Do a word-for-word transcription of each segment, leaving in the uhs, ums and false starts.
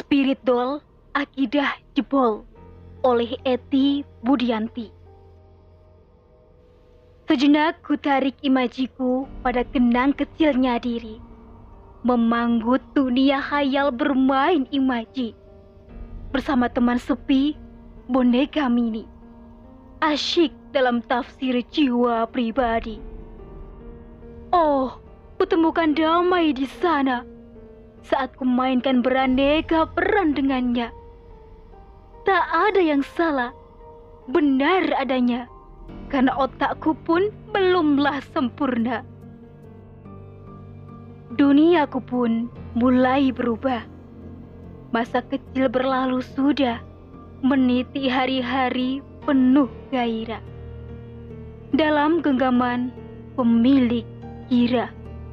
Spirit Doll Akidah Jebol oleh Eti Budianti. Sejenak ku tarik imajiku pada kenang kecilnya diri, memanggut dunia khayal bermain imaji. Bersama teman sepi, boneka mini, asyik dalam tafsir jiwa pribadi. Oh, kutemukan damai di sana saat kumainkan beraneka peran dengannya. Tak ada yang salah, benar adanya, karena otakku pun belumlah sempurna. Duniaku pun mulai berubah. Masa kecil berlalu sudah, meniti hari-hari penuh gairah. Dalam genggaman pemilik kira.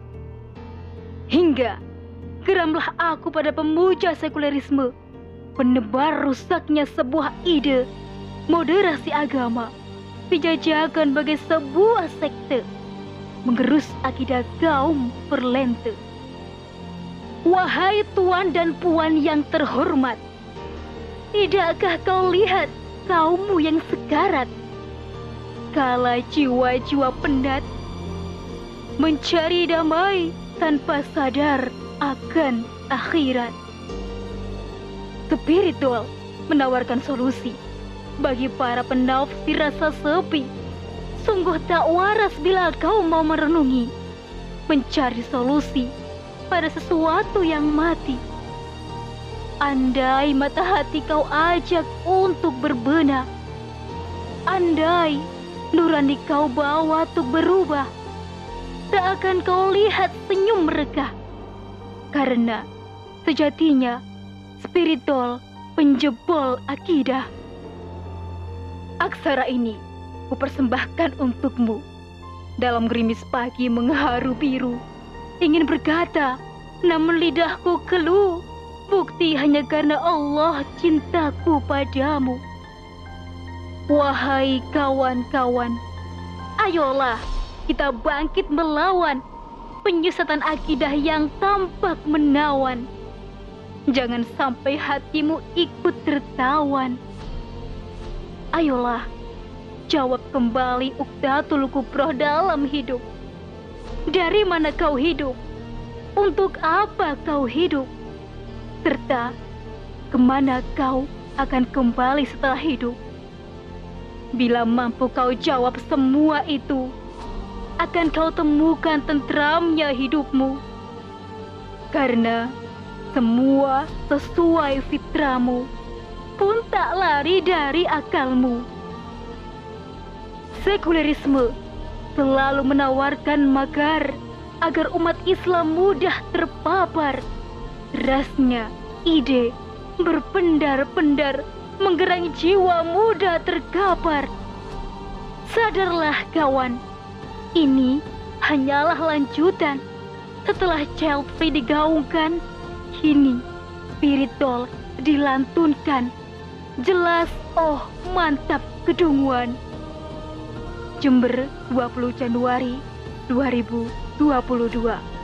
Hingga geramlah aku pada pemuja sekulerisme, penebar rusaknya sebuah ide moderasi agama, dijajakan bagai sebuah sekte, mengerus akidah kaum perlente. Wahai tuan dan puan yang terhormat, tidakkah kau lihat kaummu yang sekarat? Kala jiwa-jiwa penat mencari damai tanpa sadar akan akhirat. Spirit Doll menawarkan solusi bagi para penafsir rasa sepi. Sungguh tak waras bila kau mau merenungi, mencari solusi pada sesuatu yang mati. Andai mata hati kau ajak untuk berbenah, andai nurani kau bawa untuk berubah, tak akan kau lihat senyum mereka. Karena sejatinya Spirit Doll penjebol akidah. Aksara ini kupersembahkan untukmu. Dalam gerimis pagi mengharu biru, ingin berkata, namun lidahku keluh. Bukti hanya karena Allah cintaku padamu. Wahai kawan-kawan, ayolah kita bangkit melawan penyesatan akidah yang tampak menawan. Jangan sampai hatimu ikut tertawan. Ayolah, jawab kembali Uqdatul Kubroh dalam hidup. Dari mana kau hidup? Untuk apa kau hidup? Serta kemana kau akan kembali setelah hidup? Bila mampu kau jawab semua itu, akan kau temukan tentramnya hidupmu. Karena semua sesuai fitramu, pun tak lari dari akalmu. Sekulerisme selalu menawarkan makar agar umat Islam mudah terpapar. Derasnya ide berpendar-pendar menggerangi jiwa muda terkapar. Sadarlah kawan, ini hanyalah lanjutan. Setelah Child Free digaungkan, kini Spirit Doll dilantunkan. Jelas, oh mantap kedunguan. Jember, dua puluh Januari dua ribu dua puluh dua.